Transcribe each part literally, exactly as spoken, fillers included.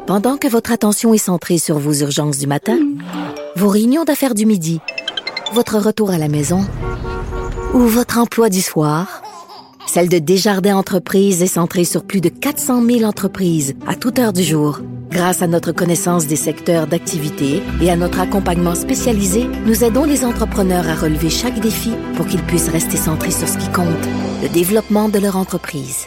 Pendant que votre attention est centrée sur vos urgences du matin, vos réunions d'affaires du midi, votre retour à la maison ou votre emploi du soir, celle de Desjardins Entreprises est centrée sur plus de quatre cent mille entreprises à toute heure du jour. Grâce à notre connaissance des secteurs d'activité et à notre accompagnement spécialisé, nous aidons les entrepreneurs à relever chaque défi pour qu'ils puissent rester centrés sur ce qui compte, le développement de leur entreprise.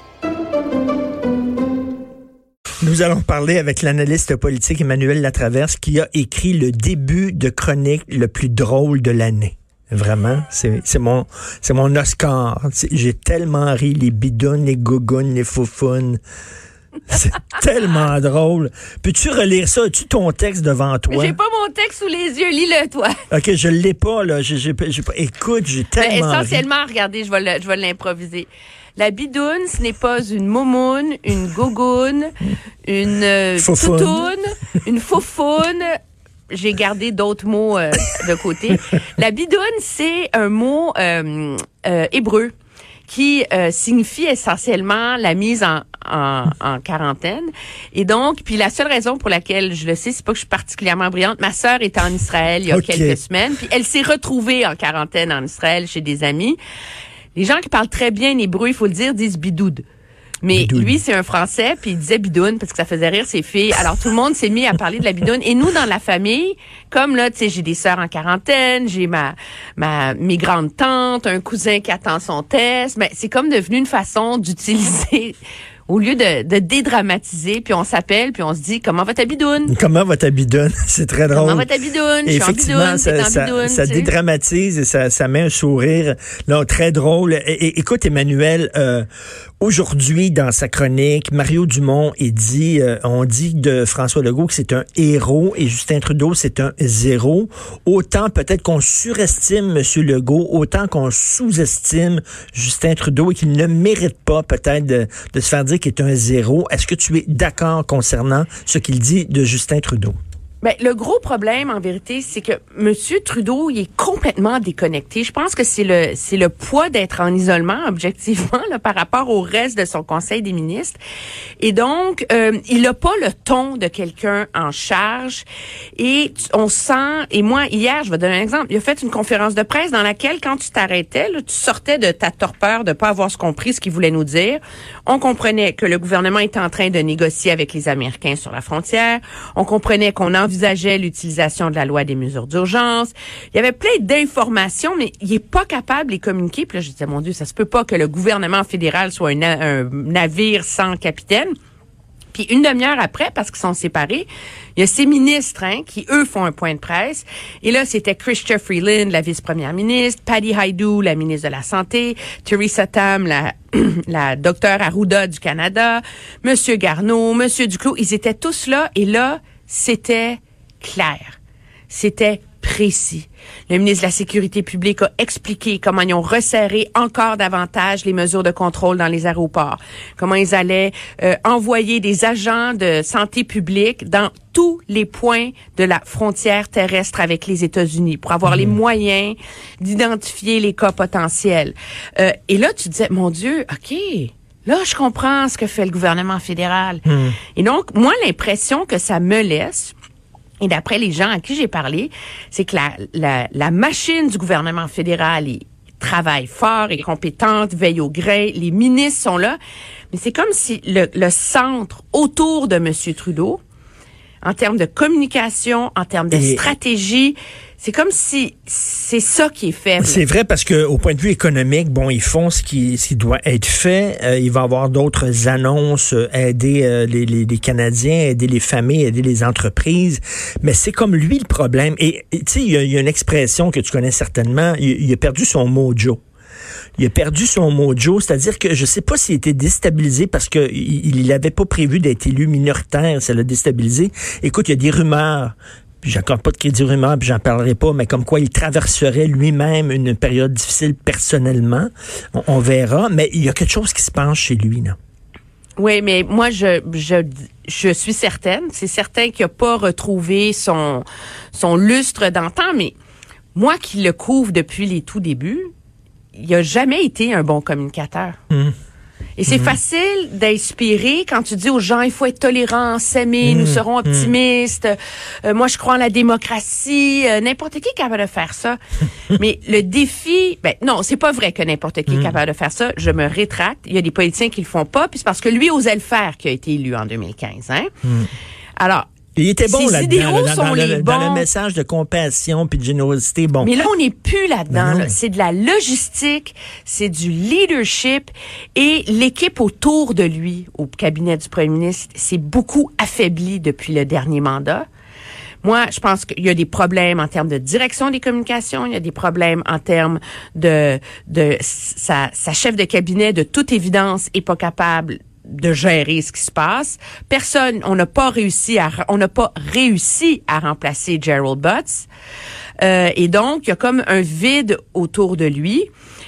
Nous allons parler avec l'analyste politique Emmanuel Latraverse qui a écrit le début de chronique le plus drôle de l'année. Vraiment, c'est, c'est mon c'est mon Oscar. C'est, j'ai tellement ri, les bidounes, les gougounes, les foufounes. C'est tellement drôle. Peux-tu relire ça? As-tu ton texte devant toi? J'ai pas mon texte sous les yeux. Lis-le, toi. OK, je l'ai pas, là. J'ai, j'ai, j'ai pas... Écoute, j'ai tellement ben, Essentiellement, ri. Regardez, je vais, le, je vais l'improviser. La bidoune, ce n'est pas une momoune, une gogoune, une euh, toutoune, une foufoune. J'ai gardé d'autres mots euh, de côté. La bidoune, c'est un mot euh, euh, hébreu qui euh, signifie essentiellement la mise en, en, en quarantaine. Et donc, puis la seule raison pour laquelle je le sais, c'est pas que je suis particulièrement brillante. Ma sœur était en Israël il y a okay. quelques semaines, puis elle s'est retrouvée en quarantaine en Israël chez des amis. Les gens qui parlent très bien hébreu, il faut le dire, disent bidoud. Mais bidoune. Lui, c'est un Français, puis il disait bidoune parce que ça faisait rire ses filles. Alors, tout le monde s'est mis à parler de la bidoune. Et nous, dans la famille, comme là, tu sais, j'ai des sœurs en quarantaine, j'ai ma, ma, mes grandes tantes, un cousin qui attend son test. Ben, c'est comme devenu une façon d'utiliser... Au lieu de, de dédramatiser, puis on s'appelle, puis on se dit « Comment va ta bidoune? » Comment va ta bidoune? C'est très drôle. Comment va ta bidoune? Je suis en bidoune, ça, en ça, bidoune. Ça dédramatise et ça, ça met un sourire là, très drôle. Et, et, écoute, Emmanuel, euh, aujourd'hui, dans sa chronique, Mario Dumont est dit, euh, on dit de François Legault que c'est un héros et Justin Trudeau, c'est un zéro. Autant peut-être qu'on surestime M. Legault, autant qu'on sous-estime Justin Trudeau et qu'il ne mérite pas peut-être de, de se faire dire qui est un zéro. Est-ce que tu es d'accord concernant ce qu'il dit de Justin Trudeau? Ben, le gros problème, en vérité, c'est que M. Trudeau, il est complètement déconnecté. Je pense que c'est le c'est le poids d'être en isolement, objectivement, là, par rapport au reste de son Conseil des ministres. Et donc, euh, il n'a pas le ton de quelqu'un en charge. Et on sent... Et moi, hier, je vais donner un exemple. Il a fait une conférence de presse dans laquelle, quand tu t'arrêtais, là, tu sortais de ta torpeur de pas avoir compris ce qu'il voulait nous dire. On comprenait que le gouvernement était en train de négocier avec les Américains sur la frontière. On comprenait qu'on en envisageait l'utilisation de la loi des mesures d'urgence. Il y avait plein d'informations, mais il est pas capable de les communiquer. Puis là, je disais, mon Dieu, ça se peut pas que le gouvernement fédéral soit un, na- un navire sans capitaine. Puis une demi-heure après, parce qu'ils sont séparés, il y a ces ministres hein, qui, eux, font un point de presse. Et là, c'était Chrystia Freeland, la vice-première ministre, Patty Hajdu, la ministre de la Santé, Theresa Tam, la, la docteure Arruda du Canada, Monsieur Garneau, Monsieur Duclos. Ils étaient tous là. Et là, c'était clair. C'était précis. Le ministre de la Sécurité publique a expliqué comment ils ont resserré encore davantage les mesures de contrôle dans les aéroports, comment ils allaient euh, envoyer des agents de santé publique dans tous les points de la frontière terrestre avec les États-Unis pour avoir mmh. les moyens d'identifier les cas potentiels. Euh, et là, tu disais, mon Dieu, OK... Là, je comprends ce que fait le gouvernement fédéral. Mmh. Et donc, moi, l'impression que ça me laisse, et d'après les gens à qui j'ai parlé, c'est que la, la, la machine du gouvernement fédéral est, travaille fort, est compétente, veille au grain, les ministres sont là, mais c'est comme si le, le centre autour de M. Trudeau, en termes de communication, en termes de et stratégie, c'est comme si c'est ça qui est faible. C'est vrai parce que au point de vue économique, bon, ils font ce qui, ce qui doit être fait. Euh, il va y avoir d'autres annonces, euh, aider euh, les, les, les Canadiens, aider les familles, aider les entreprises. Mais c'est comme lui le problème. Et tu sais, il y, y a une expression que tu connais certainement. Il, il a perdu son mojo. Il a perdu son mojo, c'est-à-dire que je sais pas s'il était déstabilisé parce que il, il avait pas prévu d'être élu minoritaire, ça l'a déstabilisé. Écoute, il y a des rumeurs. Puis j'accorde pas de crédit rumeur, puis j'en parlerai pas, mais comme quoi il traverserait lui-même une période difficile personnellement. On, on verra, mais il y a quelque chose qui se passe chez lui, là. Oui, mais moi, je, je, je suis certaine, c'est certain qu'il n'a pas retrouvé son, son lustre d'antan, mais moi qui le couvre depuis les tout débuts, il n'a jamais été un bon communicateur. Mmh. Et c'est mmh. facile d'inspirer quand tu dis aux gens, il faut être tolérant, s'aimer, mmh. nous serons optimistes, mmh. euh, moi je crois en la démocratie, euh, n'importe qui est capable de faire ça. Mais le défi, ben non, c'est pas vrai que n'importe qui mmh. est capable de faire ça, je me rétracte. Il y a des politiciens qui le font pas, puis c'est parce que lui osait le faire qui a été élu en deux mille quinze. Hein? Mmh. Alors, il était bon Ces là-dedans, là, dans, dans, le, bons. dans le message de compassion puis de générosité. Bon. Mais là, on n'est plus là-dedans. Là. C'est de la logistique, c'est du leadership et l'équipe autour de lui, au cabinet du premier ministre, s'est beaucoup affaiblie depuis le dernier mandat. Moi, je pense qu'il y a des problèmes en termes de direction des communications, il y a des problèmes en termes de, de sa, sa chef de cabinet, de toute évidence, est pas capable de gérer ce qui se passe. Personne, on n'a pas réussi à, on n'a pas réussi à remplacer Gerald Butts. Euh, et donc, il y a comme un vide autour de lui.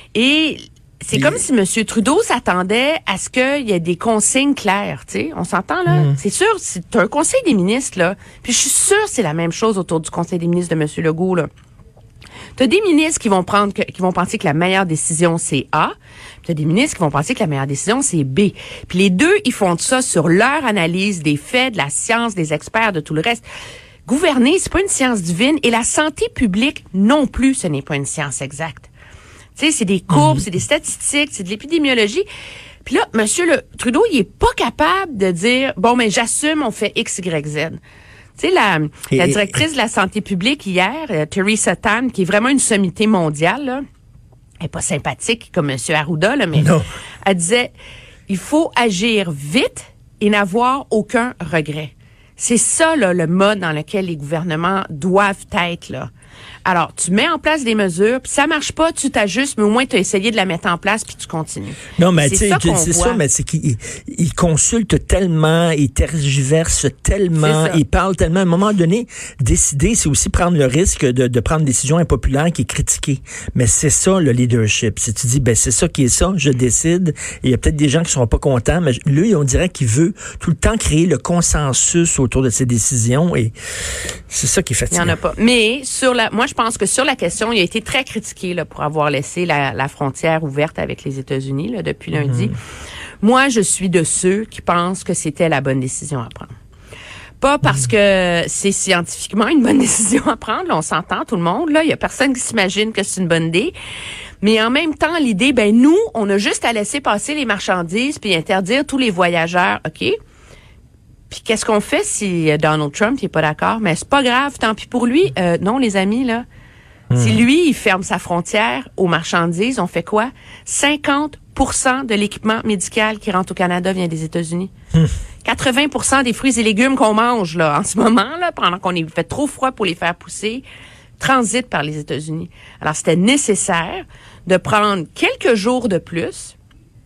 Et c'est comme si M. Trudeau s'attendait à ce qu'il y ait des consignes claires, tu sais. On s'entend, là? Mm. C'est sûr, c'est un conseil des ministres, là. Puis je suis sûre que c'est la même chose autour du conseil des ministres de M. Legault, là. T'as des ministres qui vont prendre, que, qui vont penser que la meilleure décision, c'est A. Puis t'as des ministres qui vont penser que la meilleure décision, c'est B. Puis les deux, ils font ça sur leur analyse des faits, de la science, des experts, de tout le reste. Gouverner, c'est pas une science divine. Et la santé publique, non plus, ce n'est pas une science exacte. Tu sais, c'est des courbes, mmh. c'est des statistiques, c'est de l'épidémiologie. Puis là, Monsieur le Trudeau, il est pas capable de dire, bon, mais j'assume, on fait X, Y, Z. Tu sais, la, et, la directrice de la santé publique hier, euh, Theresa Tam, qui est vraiment une sommité mondiale, là, elle est pas sympathique comme M. Arruda, là, mais non. Elle disait, il faut agir vite et n'avoir aucun regret. C'est ça, là, le mode dans lequel les gouvernements doivent être, là. Alors, tu mets en place des mesures, puis ça marche pas, tu t'ajustes, mais au moins tu as essayé de la mettre en place, puis tu continues. Non, mais tu sais, c'est ça, mais c'est qu'il il consulte tellement, il tergiverse tellement, il parle tellement. À un moment donné, décider, c'est aussi prendre le risque de, de prendre une décision impopulaire qui est critiquée. Mais c'est ça, le leadership. Si tu dis, ben c'est ça qui est ça, je décide, et il y a peut-être des gens qui seront pas contents, mais lui, on dirait qu'il veut tout le temps créer le consensus autour de ses décisions, et c'est ça qui est fatigant. Il n'y en a pas. Mais sur la, moi, je pense que sur la question, il a été très critiqué là, pour avoir laissé la, la frontière ouverte avec les États-Unis là, depuis lundi. Mm-hmm. Moi, je suis de ceux qui pensent que c'était la bonne décision à prendre. Pas parce mm-hmm. que c'est scientifiquement une bonne décision à prendre, là, on s'entend tout le monde, là, il y a personne qui s'imagine que c'est une bonne idée. Mais en même temps, l'idée, ben nous, on a juste à laisser passer les marchandises puis interdire tous les voyageurs, OK? Puis qu'est-ce qu'on fait si Donald Trump n'est pas d'accord? Mais c'est pas grave, tant pis pour lui. Euh, non, les amis, là. Mmh. Si lui, il ferme sa frontière aux marchandises, on fait quoi? cinquante pour cent de l'équipement médical qui rentre au Canada vient des États-Unis. Mmh. quatre-vingts pour cent des fruits et légumes qu'on mange, là, en ce moment, là, pendant qu'on est fait trop froid pour les faire pousser, transitent par les États-Unis. Alors, c'était nécessaire de prendre quelques jours de plus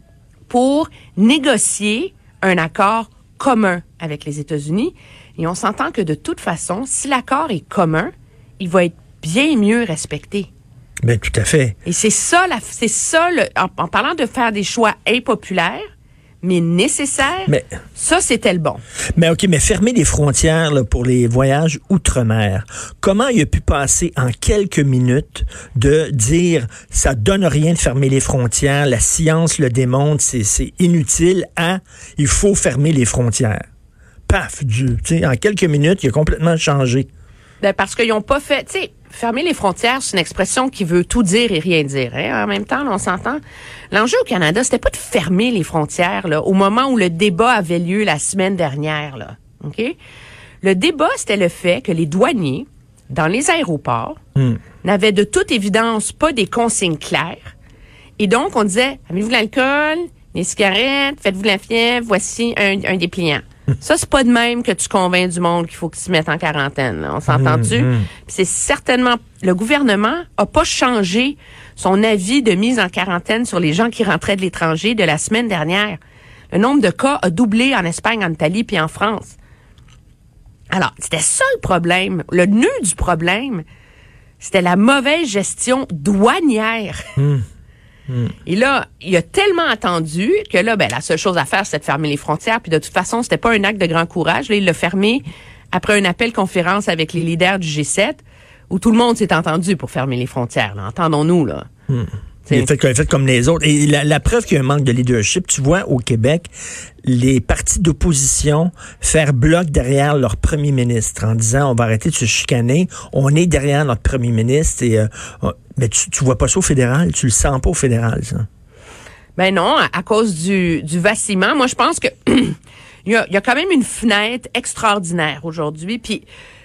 pour négocier un accord commun avec les États-Unis. Et on s'entend que de toute façon, si l'accord est commun, il va être bien mieux respecté. Ben tout à fait. Et c'est ça, la, c'est ça, le, en, en parlant de faire des choix impopulaires, mais nécessaires, mais, ça, c'était le bon. Mais OK, mais fermer les frontières là, pour les voyages outre-mer, comment il a pu passer en quelques minutes de dire « ça donne rien de fermer les frontières, la science le démontre, c'est, c'est inutile, à « il faut fermer les frontières ». Paf, Dieu, tu sais, en quelques minutes, il a complètement changé. Ben parce qu'ils n'ont pas fait, tu sais, fermer les frontières, c'est une expression qui veut tout dire et rien dire. Hein? En même temps, là, on s'entend. L'enjeu au Canada, c'était pas de fermer les frontières là, au moment où le débat avait lieu la semaine dernière. Là, ok. Le débat, c'était le fait que les douaniers, dans les aéroports, mm. n'avaient de toute évidence pas des consignes claires. Et donc, on disait, avez-vous de l'alcool, des cigarettes, faites-vous de la fièvre, voici un, un dépliant. Ça, c'est pas de même que tu convaincs du monde qu'il faut qu'ils se mettent en quarantaine. Là. On s'entend-tu? Mmh, mmh. C'est certainement... Le gouvernement a pas changé son avis de mise en quarantaine sur les gens qui rentraient de l'étranger de la semaine dernière. Le nombre de cas a doublé en Espagne, en Italie puis en France. Alors, c'était ça le problème. Le nœud du problème, c'était la mauvaise gestion douanière. Mmh. Mm. Et là, il a tellement attendu que là, ben la seule chose à faire, c'était de fermer les frontières. Puis de toute façon, c'était pas un acte de grand courage. Là, il l'a fermé après un appel conférence avec les leaders du G sept, où tout le monde s'est entendu pour fermer les frontières. Là. Entendons-nous, là. Mm. Il est fait, il est fait comme les autres. Et la, la preuve qu'il y a un manque de leadership, tu vois, au Québec, les partis d'opposition faire bloc derrière leur premier ministre en disant on va arrêter de se chicaner, on est derrière notre premier ministre. Et euh, mais tu, tu vois pas ça au fédéral, tu le sens pas au fédéral, ça. Ben non, à, à cause du, du vacillement. Moi, je pense que il y a, il y a quand même une fenêtre extraordinaire aujourd'hui. Puis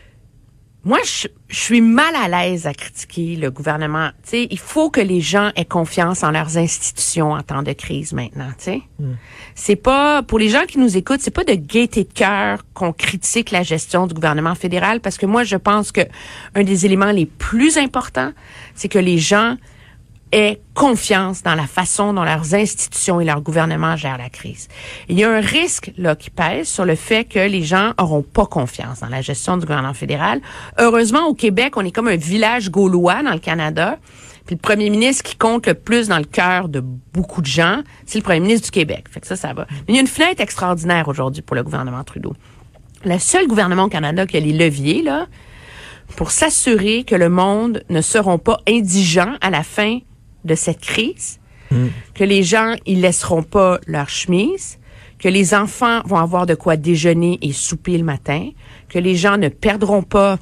moi, je, je suis mal à l'aise à critiquer le gouvernement. Tu sais, il faut que les gens aient confiance en leurs institutions en temps de crise maintenant. Tu sais, mm. c'est pas pour les gens qui nous écoutent, c'est pas de gaieté de cœur qu'on critique la gestion du gouvernement fédéral, parce que moi, je pense que un des éléments les plus importants, c'est que les gens aient confiance dans la façon dont leurs institutions et leur gouvernement gèrent la crise. Il y a un risque là qui pèse sur le fait que les gens auront pas confiance dans la gestion du gouvernement fédéral. Heureusement, au Québec, on est comme un village gaulois dans le Canada. Puis le premier ministre qui compte le plus dans le cœur de beaucoup de gens, c'est le premier ministre du Québec. Fait que ça, ça va. Mais il y a une fenêtre extraordinaire aujourd'hui pour le gouvernement Trudeau. Le seul gouvernement au Canada qui a les leviers, là, pour s'assurer que le monde ne seront pas indigents à la fin de cette crise, mmh. que les gens, ils laisseront pas leur chemise, que les enfants vont avoir de quoi déjeuner et souper le matin, que les gens ne perdront pas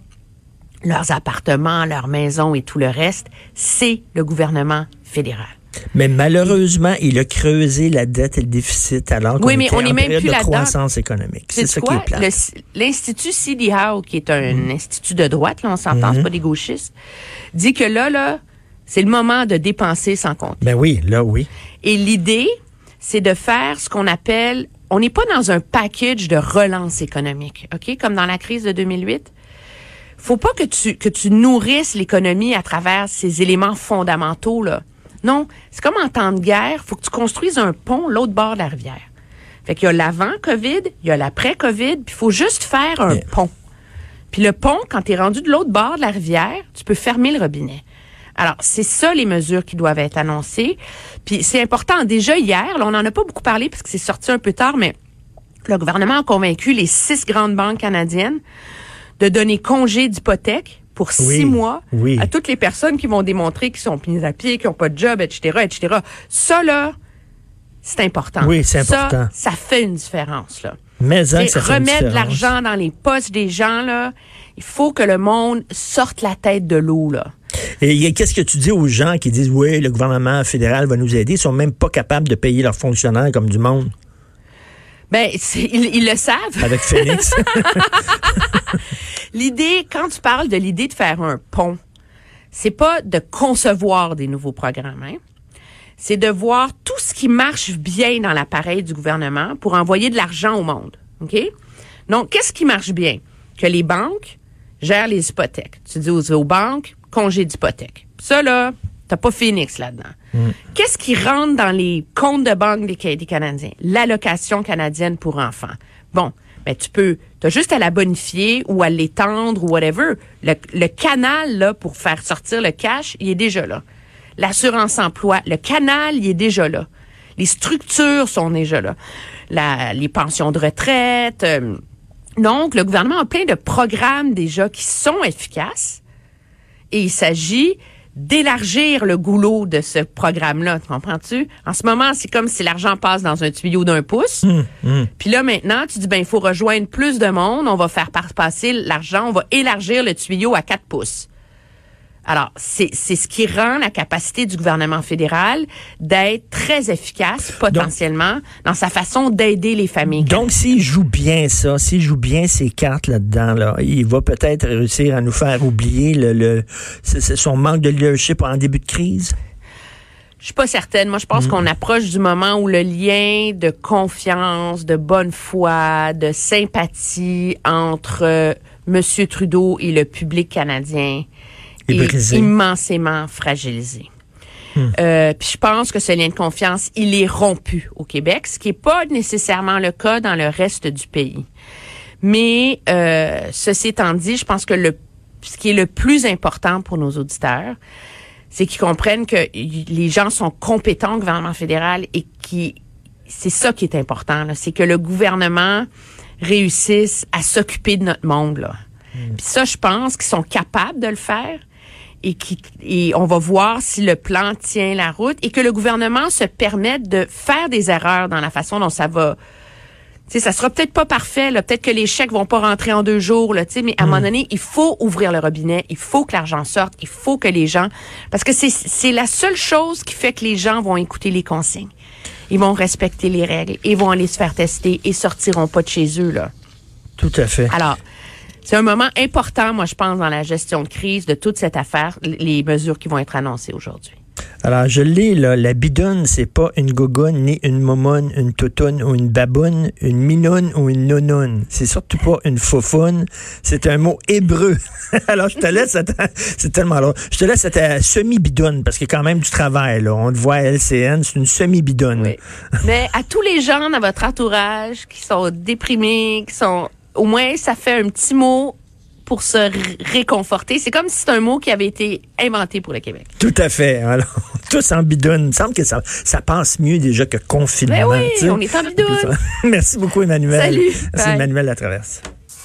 leurs appartements, leurs maisons et tout le reste, c'est le gouvernement fédéral. Mais malheureusement, il a creusé la dette et le déficit alors qu'on oui, mais était on en est même période plus de là-dedans. croissance économique. C'est, c'est ça quoi? qui est plate. Le, L'Institut C D Howe, qui est un mmh. institut de droite, là, on s'entend, mmh. c'est pas des gauchistes, dit que là, là, c'est le moment de dépenser sans compter. Ben oui, là, oui. Et l'idée, c'est de faire ce qu'on appelle, on n'est pas dans un package de relance économique, OK? Comme dans la crise de deux mille huit. Faut pas que tu, que tu nourrisses l'économie à travers ces éléments fondamentaux, là. Non, c'est comme en temps de guerre, faut que tu construises un pont l'autre bord de la rivière. Fait qu'il y a l'avant-COVID, il y a l'après-COVID, puis il faut juste faire un yeah. pont. Puis le pont, quand tu es rendu de l'autre bord de la rivière, tu peux fermer le robinet. Alors, c'est ça les mesures qui doivent être annoncées. Puis c'est important. Déjà hier, là, on n'en a pas beaucoup parlé parce que c'est sorti un peu tard, mais le gouvernement a convaincu les six grandes banques canadiennes de donner congé d'hypothèque pour six oui, mois oui. à toutes les personnes qui vont démontrer qu'ils sont mis à pied, qu'ils n'ont pas de job, et cetera, et cetera. Ça, là, c'est important. Oui, c'est important. Ça, ça fait une différence, là. Mais hein, ça fait une remettre différence. de l'argent dans les poches des gens, là, il faut que le monde sorte la tête de l'eau, là. Et qu'est-ce que tu dis aux gens qui disent, oui, le gouvernement fédéral va nous aider, ils sont même pas capables de payer leurs fonctionnaires comme du monde? Ben, c'est, ils, ils le savent. Avec Phoenix. L'idée, quand tu parles de l'idée de faire un pont, c'est pas de concevoir des nouveaux programmes, hein? C'est de voir tout ce qui marche bien dans l'appareil du gouvernement pour envoyer de l'argent au monde, OK? Donc, qu'est-ce qui marche bien? Que les banques gèrent les hypothèques. Tu dis aux, aux banques, congé d'hypothèque. Ça, là, t'as pas Phoenix là-dedans. Mm. Qu'est-ce qui rentre dans les comptes de banque des, des Canadiens? L'allocation canadienne pour enfants. Bon, ben tu peux, t'as juste à la bonifier ou à l'étendre ou whatever. Le, le canal, là, pour faire sortir le cash, il est déjà là. L'assurance-emploi, le canal, il est déjà là. Les structures sont déjà là. La, les pensions de retraite. Euh, donc, le gouvernement a plein de programmes déjà qui sont efficaces. Et il s'agit d'élargir le goulot de ce programme-là, tu comprends-tu? En ce moment, c'est comme si l'argent passe dans un tuyau d'un pouce. Mmh, mmh. Puis là, maintenant, tu dis, ben il faut rejoindre plus de monde, on va faire passer l'argent, on va élargir le tuyau à quatre pouces. Alors, c'est, c'est ce qui rend la capacité du gouvernement fédéral d'être très efficace, potentiellement, donc, dans sa façon d'aider les familles. Donc, s'il joue bien ça, s'il joue bien ses cartes là-dedans, là, il va peut-être réussir à nous faire oublier le, le, c'est, c'est son manque de leadership en début de crise? Je suis pas certaine. Moi, je pense mmh. qu'on approche du moment où le lien de confiance, de bonne foi, de sympathie entre euh, M. Trudeau et le public canadien est immensément fragilisé. Hum. Euh, puis je pense que ce lien de confiance, il est rompu au Québec, ce qui n'est pas nécessairement le cas dans le reste du pays. Mais euh, ceci étant dit, je pense que le ce qui est le plus important pour nos auditeurs, c'est qu'ils comprennent que les gens sont compétents au gouvernement fédéral et qui c'est ça qui est important, là, c'est que le gouvernement réussisse à s'occuper de notre monde, là. Hum. Puis ça, je pense qu'ils sont capables de le faire. et qui et on va voir si le plan tient la route et que le gouvernement se permette de faire des erreurs dans la façon dont ça va. Tu sais, ça sera peut-être pas parfait, là, peut-être que les chèques vont pas rentrer en deux jours, là, tu sais, mais à un mmh. moment donné, il faut ouvrir le robinet, il faut que l'argent sorte, il faut que les gens, parce que c'est c'est la seule chose qui fait que les gens vont écouter les consignes. Ils vont respecter les règles, ils vont aller se faire tester et sortiront pas de chez eux, là. Tout à fait. Alors, c'est un moment important, moi, je pense, dans la gestion de crise de toute cette affaire, les mesures qui vont être annoncées aujourd'hui. Alors, je l'ai, là, la bidoune, c'est pas une gogoune, ni une momoune, une toutoune ou une baboune, une minoune ou une nounoune. C'est surtout pas une foufoune. C'est un mot hébreu. Alors, je te laisse, à ta, c'est tellement long. Je te laisse à ta semi-bidoune, parce qu'il y a quand même du travail, là. On le voit à L C N, c'est une semi-bidoune. Oui. Mais à tous les gens dans votre entourage qui sont déprimés, qui sont, au moins, ça fait un petit mot pour se r- réconforter. C'est comme si c'était un mot qui avait été inventé pour le Québec. Tout à fait. Alors, tous en bidoune. Il me semble que ça, ça passe mieux déjà que confinement. Ben oui, t'sais. on est en bidoune. Merci beaucoup, Emmanuel. Salut. Merci, Emmanuel Latraverse.